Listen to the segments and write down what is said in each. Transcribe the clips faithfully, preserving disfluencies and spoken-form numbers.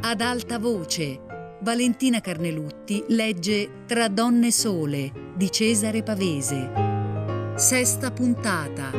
Ad alta voce, Valentina Carnelutti legge Tra donne sole di Cesare Pavese. Sesta puntata.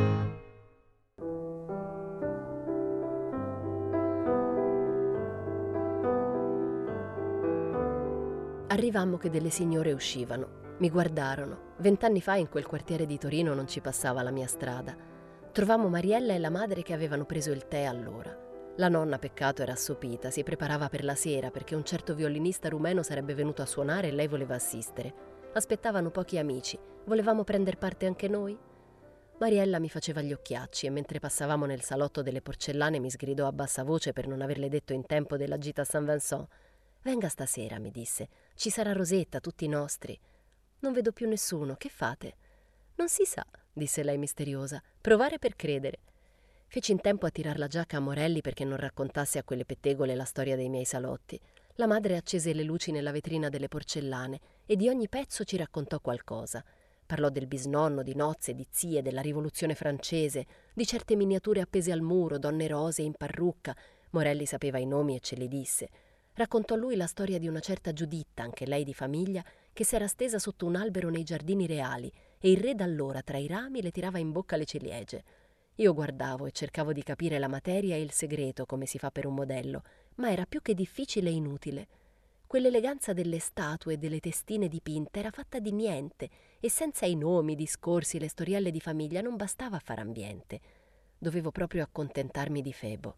Arrivammo che delle signore uscivano. Mi guardarono. Vent'anni fa in quel quartiere di Torino non ci passava la mia strada. Trovammo Mariella e la madre che avevano preso il tè all'ora. La nonna, peccato, era assopita, si preparava per la sera perché un certo violinista rumeno sarebbe venuto a suonare e lei voleva assistere. Aspettavano pochi amici. Volevamo prender parte anche noi? Mariella mi faceva gli occhiacci e mentre passavamo nel salotto delle porcellane mi sgridò a bassa voce per non averle detto in tempo della gita a Saint Vincent. «Venga stasera», mi disse. «Ci sarà Rosetta, tutti nostri». «Non vedo più nessuno, che fate?» «Non si sa», disse lei misteriosa. «Provare per credere». Feci in tempo a tirar la giacca a Morelli perché non raccontasse a quelle pettegole la storia dei miei salotti. La madre accese le luci nella vetrina delle porcellane e di ogni pezzo ci raccontò qualcosa. Parlò del bisnonno, di nozze, di zie, della rivoluzione francese, di certe miniature appese al muro, donne rosee in parrucca. Morelli sapeva i nomi e ce li disse. Raccontò lui la storia di una certa Giuditta, anche lei di famiglia, che s'era stesa sotto un albero nei giardini reali e il re d'allora tra i rami le tirava in bocca le ciliegie. Io guardavo e cercavo di capire la materia e il segreto come si fa per un modello, ma era più che difficile e inutile. Quell'eleganza delle statue e delle testine dipinte era fatta di niente e senza i nomi, i discorsi, le storielle di famiglia non bastava a far ambiente. Dovevo proprio accontentarmi di Febo.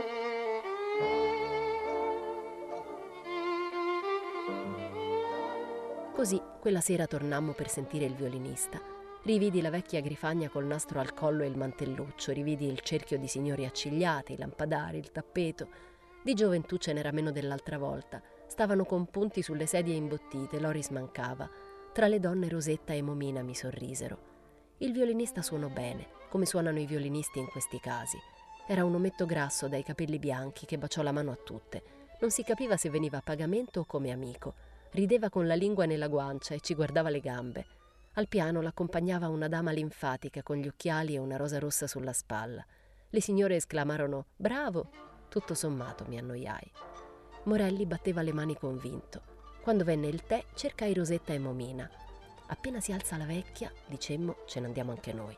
Così quella sera tornammo per sentire il violinista. Rividi la vecchia Grifagna col nastro al collo e il mantelluccio, rividi il cerchio di signori accigliate, i lampadari, il tappeto. Di gioventù ce n'era meno dell'altra volta. Stavano compunti sulle sedie imbottite, Loris mancava. Tra le donne Rosetta e Momina mi sorrisero. Il violinista suonò bene, come suonano i violinisti in questi casi. Era un ometto grasso dai capelli bianchi che baciò la mano a tutte. Non si capiva se veniva a pagamento o come amico. Rideva con la lingua nella guancia e ci guardava le gambe. Al piano l'accompagnava una dama linfatica con gli occhiali e una rosa rossa sulla spalla. Le signore esclamarono «Bravo!». Tutto sommato mi annoiai. Morelli batteva le mani convinto. Quando venne il tè cercai Rosetta e Momina. Appena si alza la vecchia, dicemmo, ce ne andiamo anche noi.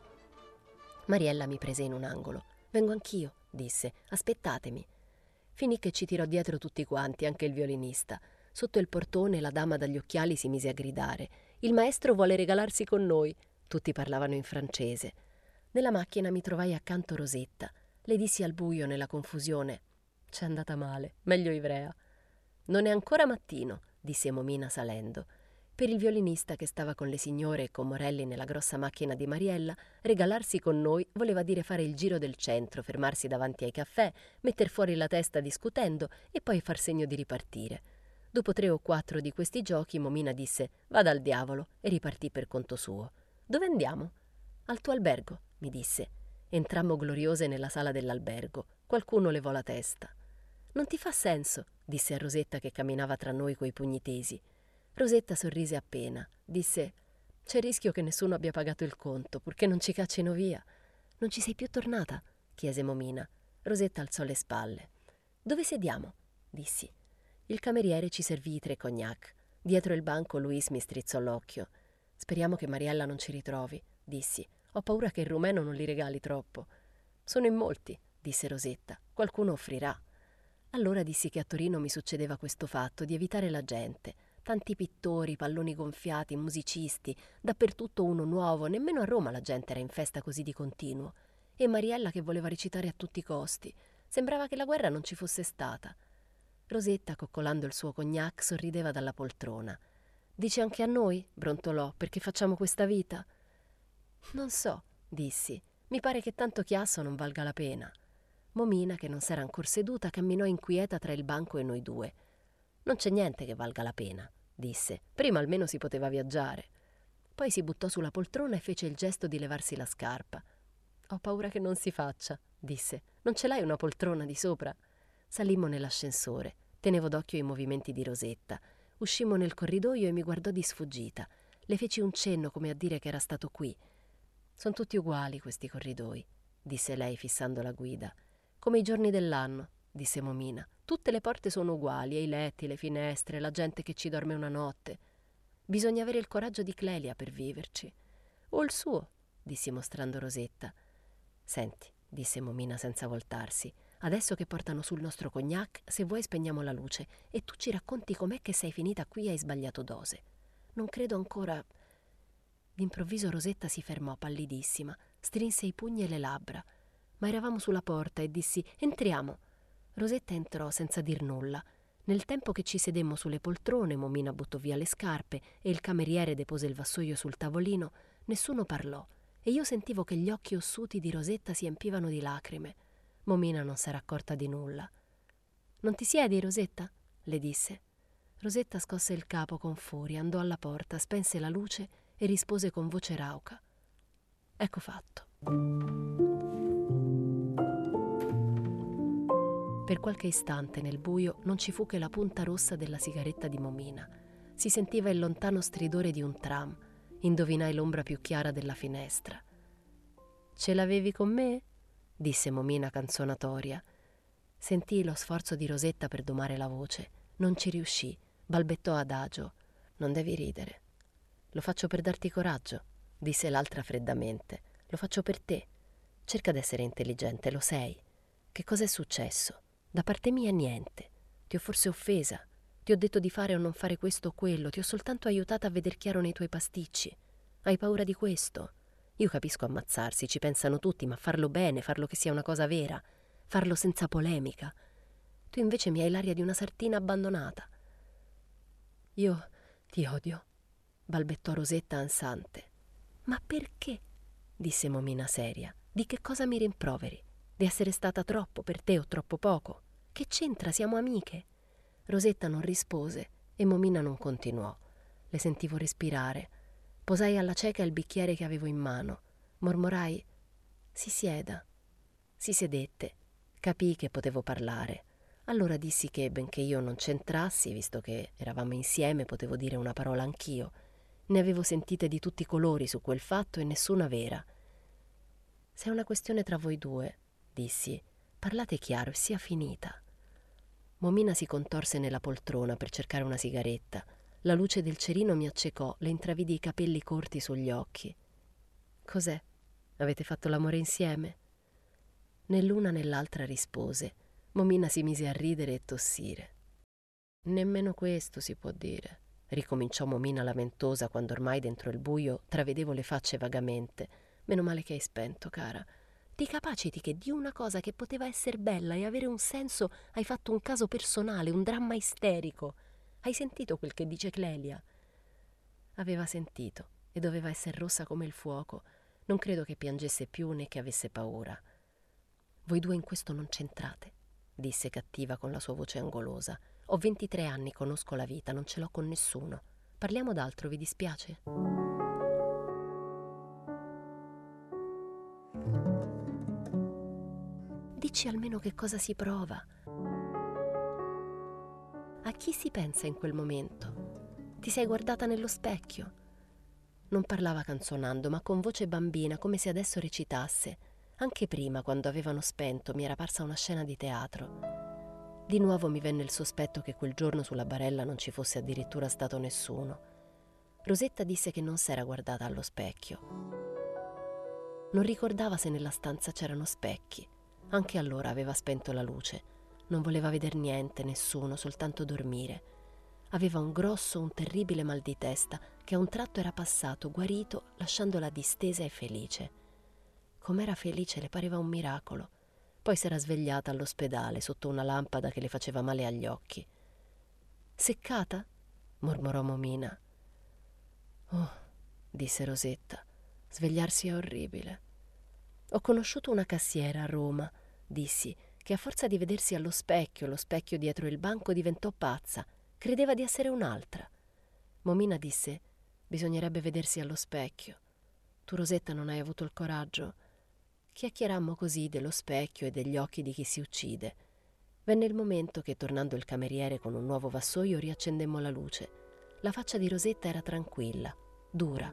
Mariella mi prese in un angolo. «Vengo anch'io», disse, «aspettatemi». Finì che ci tirò dietro tutti quanti, anche il violinista. Sotto il portone la dama dagli occhiali si mise a gridare «Il maestro vuole regalarsi con noi». Tutti parlavano in francese. Nella macchina mi trovai accanto Rosetta. Le dissi al buio nella confusione «C'è andata male, meglio ivrea». «Non è ancora mattino», disse Momina salendo. Per il violinista che stava con le signore e con Morelli nella grossa macchina di Mariella, regalarsi con noi voleva dire fare il giro del centro, fermarsi davanti ai caffè, metter fuori la testa discutendo e poi far segno di ripartire. Dopo tre o quattro di questi giochi Momina disse «Vada al diavolo» e ripartì per conto suo. «Dove andiamo?» «Al tuo albergo», mi disse. Entrammo gloriose nella sala dell'albergo. Qualcuno levò la testa. «Non ti fa senso», disse a Rosetta che camminava tra noi coi pugni tesi. Rosetta sorrise appena. Disse «C'è rischio che nessuno abbia pagato il conto, purché non ci caccino via». «Non ci sei più tornata?» chiese Momina. Rosetta alzò le spalle. «Dove sediamo?» dissi. Il cameriere ci servì i tre cognac. Dietro il banco Luis mi strizzò l'occhio. «Speriamo che Mariella non ci ritrovi», dissi. «Ho paura che il rumeno non li regali troppo». «Sono in molti», disse Rosetta. «Qualcuno offrirà». Allora dissi che a Torino mi succedeva questo fatto di evitare la gente. Tanti pittori, palloni gonfiati, musicisti, dappertutto uno nuovo, nemmeno a Roma la gente era in festa così di continuo. E Mariella che voleva recitare a tutti i costi. Sembrava che la guerra non ci fosse stata. Rosetta, coccolando il suo cognac, sorrideva dalla poltrona. «Dice anche a noi?» brontolò, «perché facciamo questa vita?» «Non so», dissi. «Mi pare che tanto chiasso non valga la pena». Momina, che non s'era ancor seduta, camminò inquieta tra il banco e noi due. «Non c'è niente che valga la pena», disse. «Prima almeno si poteva viaggiare». Poi si buttò sulla poltrona e fece il gesto di levarsi la scarpa. «Ho paura che non si faccia», disse. «Non ce l'hai una poltrona di sopra?» Salimmo nell'ascensore. Tenevo d'occhio i movimenti di Rosetta. Uscimmo nel corridoio e mi guardò di sfuggita. Le feci un cenno come a dire che era stato qui. «Sono tutti uguali questi corridoi», disse lei fissando la guida. «Come i giorni dell'anno», disse Momina. Tutte le porte sono uguali, e i letti, le finestre, la gente che ci dorme una notte. Bisogna avere il coraggio di Clelia per viverci. O il suo, dissi mostrando Rosetta. Senti, disse Momina senza voltarsi, adesso che portano sul nostro cognac, se vuoi spegniamo la luce e tu ci racconti com'è che sei finita qui e hai sbagliato dose. Non credo ancora... D'improvviso Rosetta si fermò pallidissima, strinse i pugni e le labbra. Ma eravamo sulla porta e dissi «Entriamo». Rosetta entrò senza dir nulla. Nel tempo che ci sedemmo sulle poltrone, Momina buttò via le scarpe e il cameriere depose il vassoio sul tavolino, nessuno parlò e io sentivo che gli occhi ossuti di Rosetta si empivano di lacrime. Momina non s'era accorta di nulla. «Non ti siedi, Rosetta?» le disse. Rosetta scosse il capo con furia, andò alla porta, spense la luce e rispose con voce rauca: «Ecco fatto». Per qualche istante nel buio non ci fu che la punta rossa della sigaretta di Momina. Si sentiva il lontano stridore di un tram. Indovinai l'ombra più chiara della finestra. «Ce l'avevi con me?» disse Momina canzonatoria. Sentii lo sforzo di Rosetta per domare la voce. Non ci riuscì. Balbettò adagio: «Non devi ridere». «Lo faccio per darti coraggio», disse l'altra freddamente. «Lo faccio per te. Cerca d'essere intelligente, lo sei. Che cosa è successo? Da parte mia niente. Ti ho forse offesa? Ti ho detto di fare o non fare questo o quello? Ti ho soltanto aiutata a veder chiaro nei tuoi pasticci. Hai paura di questo? Io capisco ammazzarsi, ci pensano tutti, ma farlo bene, farlo che sia una cosa vera, farlo senza polemica. Tu invece mi hai l'aria di una sartina abbandonata». «Io ti odio», balbettò Rosetta ansante. «Ma perché?» disse Momina seria. «Di che cosa mi rimproveri? Di essere stata troppo per te o troppo poco? Che c'entra? Siamo amiche». Rosetta non rispose e Momina non continuò. Le sentivo respirare. Posai alla cieca il bicchiere che avevo in mano. Mormorai: «Si sieda». Si sedette. Capii che potevo parlare. Allora dissi che, benché io non c'entrassi, visto che eravamo insieme, potevo dire una parola anch'io. Ne avevo sentite di tutti i colori su quel fatto e nessuna vera. «Se è una questione tra voi due», dissi, «parlate chiaro e sia finita». Momina si contorse nella poltrona per cercare una sigaretta. La luce del cerino mi accecò, le intravidi i capelli corti sugli occhi. «Cos'è? Avete fatto l'amore insieme?» Né l'una né l'altra rispose. Momina si mise a ridere e tossire. «Nemmeno questo si può dire», ricominciò Momina lamentosa quando ormai dentro il buio travedevo le facce vagamente. «Meno male che hai spento, cara. Ti capaciti che di una cosa che poteva essere bella e avere un senso hai fatto un caso personale, un dramma isterico. Hai sentito quel che dice Clelia?» Aveva sentito e doveva essere rossa come il fuoco. Non credo che piangesse più né che avesse paura. «Voi due in questo non c'entrate», disse cattiva con la sua voce angolosa. «Ho ventitré anni, conosco la vita, non ce l'ho con nessuno. Parliamo d'altro, vi dispiace?» «Dici almeno che cosa si prova. A chi si pensa in quel momento? Ti sei guardata nello specchio?» Non parlava canzonando, ma con voce bambina, come se adesso recitasse. Anche prima, quando avevano spento, mi era parsa una scena di teatro. Di nuovo mi venne il sospetto che quel giorno sulla barella non ci fosse addirittura stato nessuno. Rosetta disse che non s'era guardata allo specchio. Non ricordava se nella stanza c'erano specchi. Anche allora aveva spento la luce. Non voleva veder niente, nessuno, soltanto dormire. Aveva un grosso, un terribile mal di testa che a un tratto era passato, guarito, lasciandola distesa e felice. Com'era felice, le pareva un miracolo. Poi s'era svegliata all'ospedale sotto una lampada che le faceva male agli occhi. «Seccata?» mormorò Momina. «Oh», disse Rosetta, «svegliarsi è orribile». «Ho conosciuto una cassiera a Roma», dissi, «che a forza di vedersi allo specchio, lo specchio dietro il banco, diventò pazza. Credeva di essere un'altra». Momina disse: «Bisognerebbe vedersi allo specchio. Tu, Rosetta, non hai avuto il coraggio?» Chiacchierammo così dello specchio e degli occhi di chi si uccide. Venne il momento che, tornando il cameriere con un nuovo vassoio, riaccendemmo la luce. La faccia di Rosetta era tranquilla, dura.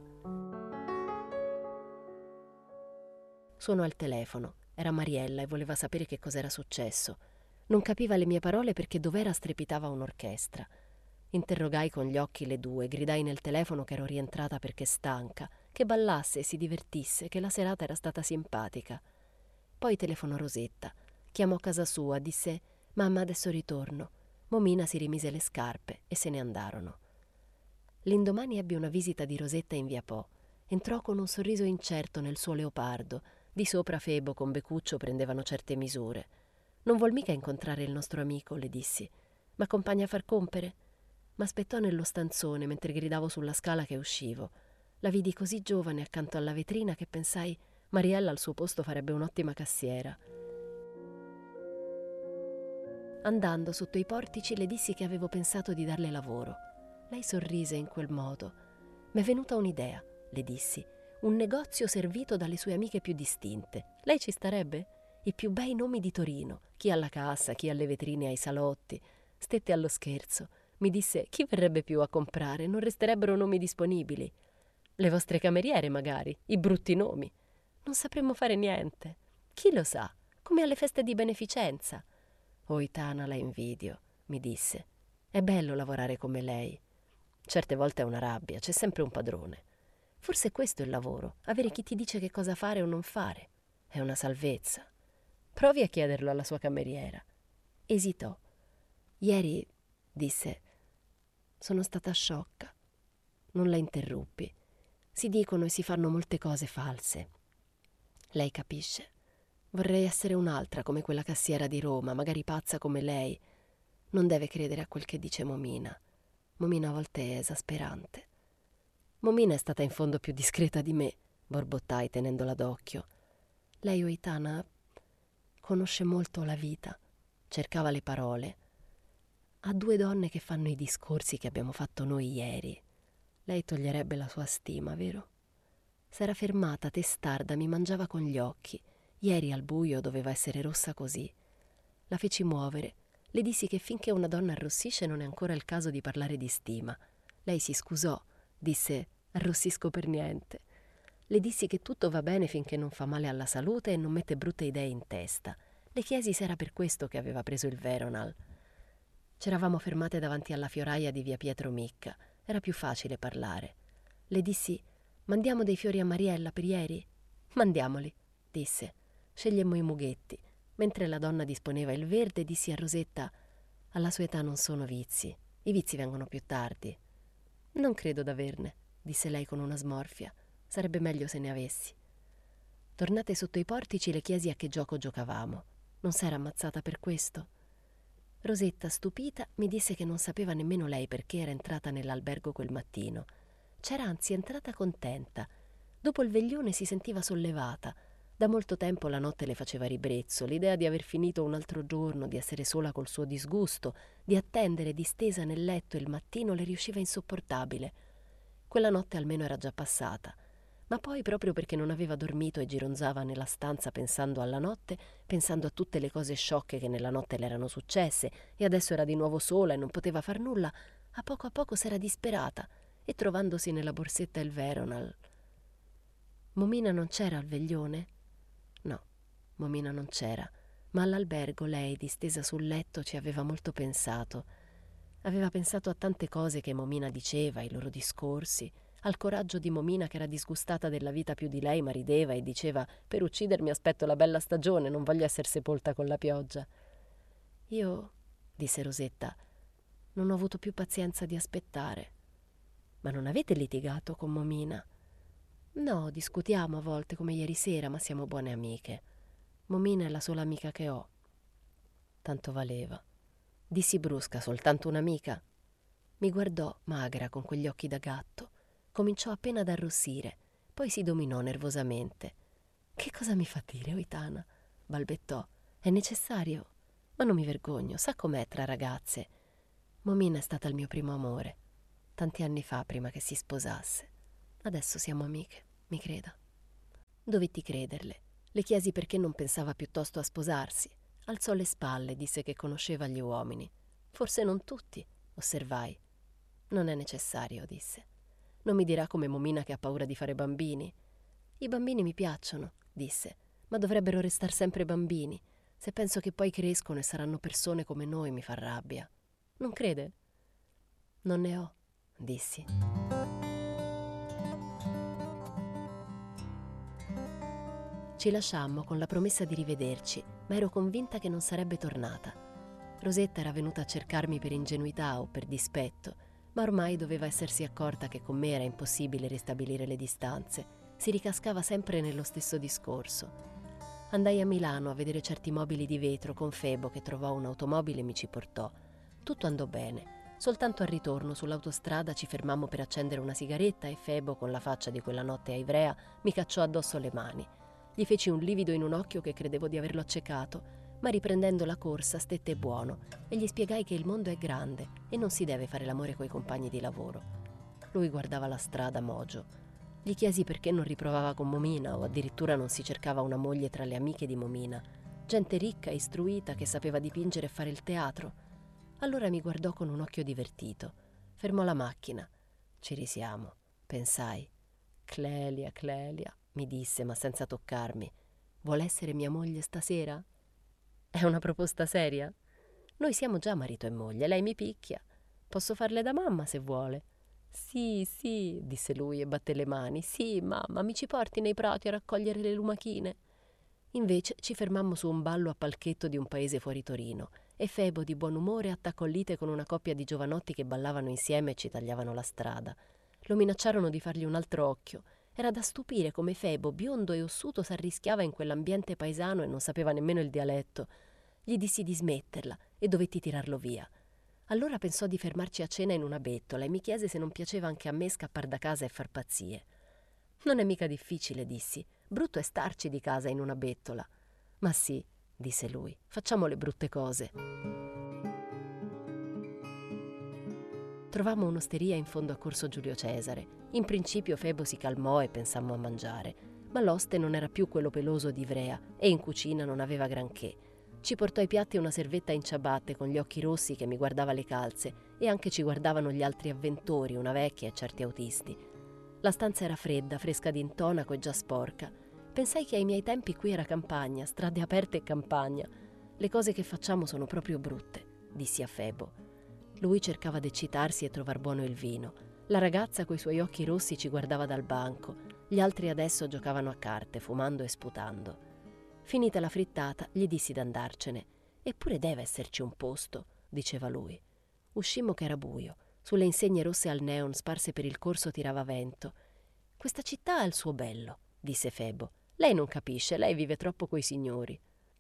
Suonò il telefono. Era Mariella e voleva sapere che cos'era successo. Non capiva le mie parole perché dov'era strepitava un'orchestra. Interrogai con gli occhi le due, gridai nel telefono che ero rientrata perché stanca, che ballasse e si divertisse, che la serata era stata simpatica. Poi telefonò Rosetta, chiamò a casa sua, disse «Mamma, adesso ritorno». Momina si rimise le scarpe e se ne andarono. L'indomani ebbi una visita di Rosetta in via Po. Entrò con un sorriso incerto nel suo leopardo. Di sopra Febo con Becuccio prendevano certe misure. «Non vuol mica incontrare il nostro amico», le dissi. «M'accompagna a far compere?» M'aspettò nello stanzone mentre gridavo sulla scala che uscivo. La vidi così giovane accanto alla vetrina che pensai Mariella al suo posto farebbe un'ottima cassiera. Andando sotto i portici le dissi che avevo pensato di darle lavoro. Lei sorrise in quel modo. «M'è venuta un'idea», le dissi. «Un negozio servito dalle sue amiche più distinte. Lei ci starebbe? I più bei nomi di Torino, chi alla cassa, chi alle vetrine ai salotti». Stette allo scherzo. Mi disse «Chi verrebbe più a comprare? Non resterebbero nomi disponibili». «Le vostre cameriere, magari, i brutti nomi». «Non sapremmo fare niente». «Chi lo sa? Come alle feste di beneficenza». «Oh, Itana, la invidio», mi disse. «È bello lavorare come lei. Certe volte è una rabbia, c'è sempre un padrone. Forse questo è il lavoro, avere chi ti dice che cosa fare o non fare. È una salvezza. Provi a chiederlo alla sua cameriera». Esitò. «Ieri», disse, «sono stata sciocca». Non la interruppi. Si dicono e si fanno molte cose false. Lei capisce? Vorrei essere un'altra come quella cassiera di Roma, magari pazza come lei. Non deve credere a quel che dice Momina. Momina a volte è esasperante. Momina è stata in fondo più discreta di me, borbottai tenendola d'occhio. Lei, Oitana, conosce molto la vita. Cercava le parole. Ha due donne che fanno i discorsi che abbiamo fatto noi ieri. Lei toglierebbe la sua stima, vero? S'era fermata, testarda, mi mangiava con gli occhi. Ieri al buio doveva essere rossa così. La feci muovere. Le dissi che finché una donna arrossisce non è ancora il caso di parlare di stima. Lei si scusò, disse «Arrossisco per niente». Le dissi che tutto va bene finché non fa male alla salute e non mette brutte idee in testa. Le chiesi se era per questo che aveva preso il Veronal. C'eravamo fermate davanti alla fioraia di via Pietro Micca. Era più facile parlare. Le dissi «Mandiamo dei fiori a Mariella per ieri?» «Mandiamoli», disse. Scegliemmo i mughetti. Mentre la donna disponeva il verde, dissi a Rosetta «Alla sua età non sono vizi. I vizi vengono più tardi». «Non credo d'averne», disse lei con una smorfia. «Sarebbe meglio se ne avessi». Tornate sotto i portici le chiesi a che gioco giocavamo. Non s'era ammazzata per questo? Rosetta, stupita, mi disse che non sapeva nemmeno lei perché era entrata nell'albergo quel mattino. C'era anzi entrata contenta. Dopo il veglione si sentiva sollevata. Da molto tempo la notte le faceva ribrezzo, l'idea di aver finito un altro giorno, di essere sola col suo disgusto, di attendere distesa nel letto il mattino le riusciva insopportabile. Quella notte almeno era già passata. Ma poi, proprio perché non aveva dormito e gironzava nella stanza pensando alla notte, pensando a tutte le cose sciocche che nella notte le erano successe, e adesso era di nuovo sola e non poteva far nulla, a poco a poco s'era disperata e trovandosi nella borsetta il Veronal. Momina non c'era al veglione? No, Momina non c'era, ma all'albergo lei, distesa sul letto, ci aveva molto pensato. Aveva pensato a tante cose che Momina diceva, ai loro discorsi, al coraggio di Momina che era disgustata della vita più di lei, ma rideva e diceva «Per uccidermi aspetto la bella stagione, non voglio essere sepolta con la pioggia». «Io», disse Rosetta, «non ho avuto più pazienza di aspettare». «Ma non avete litigato con Momina?» «No, discutiamo a volte come ieri sera, ma siamo buone amiche. Momina è la sola amica che ho». Tanto valeva. Dissi brusca, soltanto un'amica? Mi guardò, magra, con quegli occhi da gatto. Cominciò appena ad arrossire, poi si dominò nervosamente. «Che cosa mi fa dire, Oitana?» balbettò. «È necessario?» «Ma non mi vergogno, sa com'è tra ragazze. Momina è stata il mio primo amore, tanti anni fa, prima che si sposasse. Adesso siamo amiche, mi creda». Dovetti crederle. Le chiesi perché non pensava piuttosto a sposarsi. Alzò le spalle, disse che conosceva gli uomini. «Forse non tutti», osservai. «Non è necessario», disse. «Non mi dirà come Momina che ha paura di fare bambini?» «I bambini mi piacciono», disse, «ma dovrebbero restar sempre bambini. Se penso che poi crescono e saranno persone come noi mi fa rabbia. Non crede? Non ne ho, dissi. Ci lasciammo con la promessa di rivederci, ma ero convinta che non sarebbe tornata. Rosetta era venuta a cercarmi per ingenuità o per dispetto, ma ormai doveva essersi accorta che con me era impossibile ristabilire le distanze. Si ricascava sempre nello stesso discorso. Andai a Milano a vedere certi mobili di vetro con Febo, che trovò un'automobile e mi ci portò. Tutto andò bene. Soltanto al ritorno sull'autostrada ci fermammo per accendere una sigaretta e Febo, con la faccia di quella notte a Ivrea, mi cacciò addosso le mani. Gli feci un livido in un occhio che credevo di averlo accecato, ma riprendendo la corsa stette buono e gli spiegai che il mondo è grande e non si deve fare l'amore coi compagni di lavoro. Lui guardava la strada mogio. Gli chiesi perché non riprovava con Momina o addirittura non si cercava una moglie tra le amiche di Momina, gente ricca e istruita che sapeva dipingere e fare il teatro. Allora mi guardò con un occhio divertito. Fermò la macchina. Ci risiamo. Pensai. Clelia, Clelia, mi disse, ma senza toccarmi. Vuol essere mia moglie stasera? È una proposta seria? Noi siamo già marito e moglie, lei mi picchia. Posso farle da mamma se vuole. Sì, sì, disse lui e batté le mani. Sì, mamma, mi ci porti nei prati a raccogliere le lumachine? Invece ci fermammo su un ballo a palchetto di un paese fuori Torino e Febo, di buon umore, attaccò lite con una coppia di giovanotti che ballavano insieme e ci tagliavano la strada. Lo minacciarono di fargli un altro occhio. Era da stupire come Febo, biondo e ossuto, s'arrischiava in quell'ambiente paesano e non sapeva nemmeno il dialetto. Gli dissi di smetterla e dovetti tirarlo via. Allora pensò di fermarci a cena in una bettola e mi chiese se non piaceva anche a me scappar da casa e far pazzie. Non è mica difficile, dissi. Brutto è starci di casa in una bettola. Ma sì, disse lui, facciamo le brutte cose. Trovammo un'osteria in fondo a Corso Giulio Cesare. In principio Febo si calmò e pensammo a mangiare, ma l'oste non era più quello peloso di Ivrea e in cucina non aveva granché. Ci portò ai piatti una servetta in ciabatte con gli occhi rossi che mi guardava le calze e anche ci guardavano gli altri avventori, una vecchia e certi autisti. La stanza era fredda, fresca d'intonaco e già sporca. Pensai che ai miei tempi qui era campagna, strade aperte e campagna. Le cose che facciamo sono proprio brutte, dissi a Febo. Lui cercava d'eccitarsi e trovar buono il vino. La ragazza coi suoi occhi rossi ci guardava dal banco. Gli altri adesso giocavano a carte, fumando e sputando. Finita la frittata, gli dissi d'andarcene. Eppure deve esserci un posto, diceva lui. Uscimmo che era buio. Sulle insegne rosse al neon sparse per il corso tirava vento. Questa città ha il suo bello, disse Febo. Lei non capisce, lei vive troppo coi signori.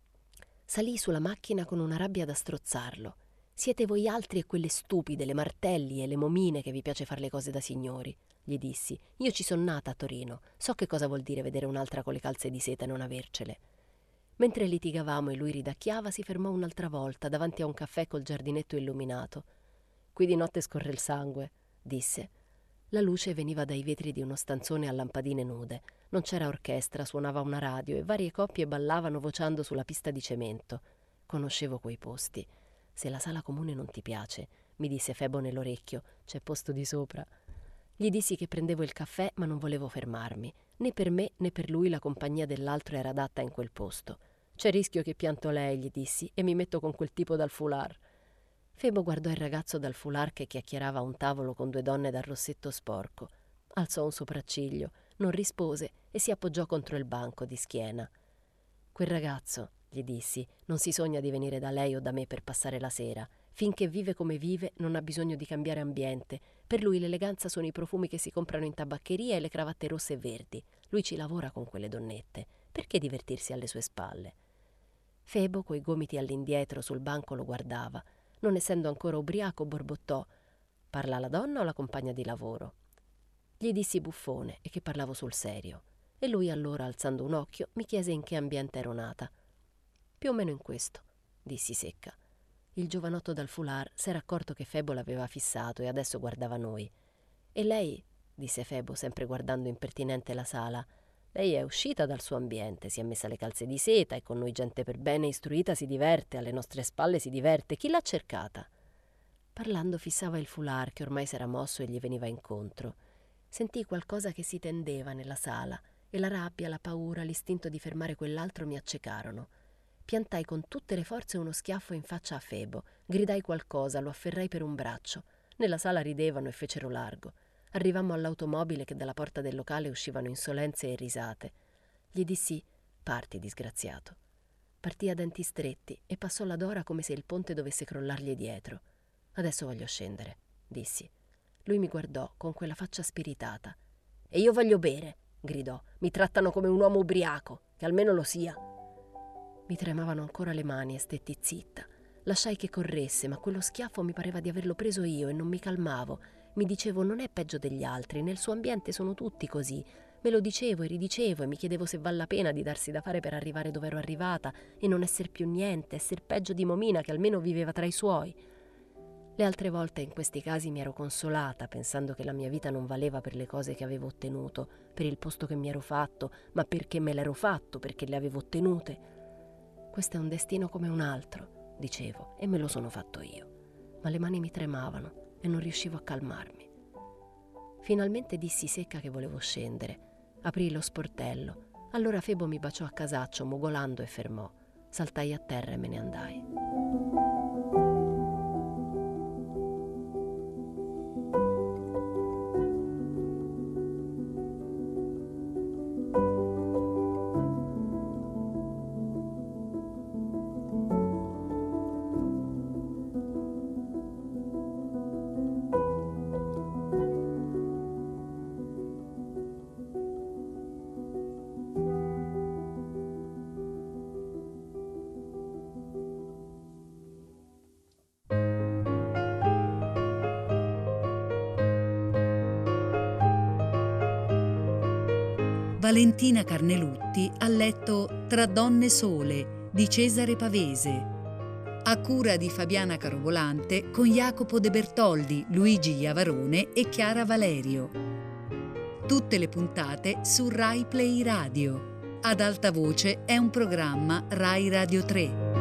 Salii sulla macchina con una rabbia da strozzarlo. Siete voi altri e quelle stupide, le martelli e le momine che vi piace fare le cose da signori, gli dissi. Io ci son nata a Torino, so che cosa vuol dire vedere un'altra con le calze di seta e non avercele. Mentre litigavamo e lui ridacchiava, si fermò un'altra volta davanti a un caffè col giardinetto illuminato. Qui di notte scorre il sangue, disse. La luce veniva dai vetri di uno stanzone a lampadine nude. Non c'era orchestra, suonava una radio e varie coppie ballavano vociando sulla pista di cemento. Conoscevo quei posti. Se la sala comune non ti piace, mi disse Febo nell'orecchio, c'è posto di sopra. Gli dissi che prendevo il caffè ma non volevo fermarmi. Né per me né per lui la compagnia dell'altro era adatta in quel posto. C'è rischio che pianto lei, gli dissi, e mi metto con quel tipo dal foulard. Febo guardò il ragazzo dal foulard che chiacchierava a un tavolo con due donne dal rossetto sporco. Alzò un sopracciglio, non rispose e si appoggiò contro il banco di schiena. Quel ragazzo, gli dissi, non si sogna di venire da lei o da me per passare la sera. Finché vive come vive non ha bisogno di cambiare ambiente. Per lui l'eleganza sono i profumi che si comprano in tabaccheria e le cravatte rosse e verdi. Lui ci lavora con quelle donnette. Perché divertirsi alle sue spalle? Febo, coi gomiti all'indietro sul banco, lo guardava. Non essendo ancora ubriaco, borbottò. Parla la donna o la compagna di lavoro? Gli dissi buffone e che parlavo sul serio. E lui allora, alzando un occhio, mi chiese in che ambiente ero nata. Più o meno in questo, dissi secca. Il giovanotto dal foulard s'era accorto che Febo l'aveva fissato e adesso guardava noi. E lei, disse Febo, sempre guardando impertinente la sala, lei è uscita dal suo ambiente, si è messa le calze di seta e con noi gente per bene istruita si diverte, alle nostre spalle si diverte. Chi l'ha cercata? Parlando fissava il foulard che ormai s'era mosso e gli veniva incontro. Sentii qualcosa che si tendeva nella sala e la rabbia, la paura, l'istinto di fermare quell'altro mi accecarono. Piantai con tutte le forze uno schiaffo in faccia a Febo, gridai qualcosa, lo afferrai per un braccio. Nella sala ridevano e fecero largo. Arrivammo all'automobile che dalla porta del locale uscivano insolenze e risate. Gli dissi: «Parti, disgraziato». Partì a denti stretti e passò la Dora come se il ponte dovesse crollargli dietro. «Adesso voglio scendere», dissi. Lui mi guardò con quella faccia spiritata. «E io voglio bere», gridò. «Mi trattano come un uomo ubriaco, che almeno lo sia». Mi tremavano ancora le mani e stetti zitta. Lasciai che corresse, ma quello schiaffo mi pareva di averlo preso io e non mi calmavo. Mi dicevo: non è peggio degli altri, nel suo ambiente sono tutti così. Me lo dicevo e ridicevo e mi chiedevo se val la pena di darsi da fare per arrivare dove ero arrivata e non esser più niente, esser peggio di Momina che almeno viveva tra i suoi. Le altre volte in questi casi mi ero consolata pensando che la mia vita non valeva per le cose che avevo ottenuto, per il posto che mi ero fatto, ma perché me l'ero fatto, perché le avevo ottenute. Questo è un destino come un altro, dicevo, e me lo sono fatto io. Ma le mani mi tremavano e non riuscivo a calmarmi. Finalmente dissi secca che volevo scendere. Aprii lo sportello. Allora Febo mi baciò a casaccio, mugolando, e fermò. Saltai a terra e me ne andai. Valentina Carnelutti ha letto Tra donne sole di Cesare Pavese, a cura di Fabiana Carovolante con Jacopo De Bertoldi, Luigi Iavarone e Chiara Valerio. Tutte le puntate su Rai Play Radio. Ad alta voce è un programma Rai Radio tre.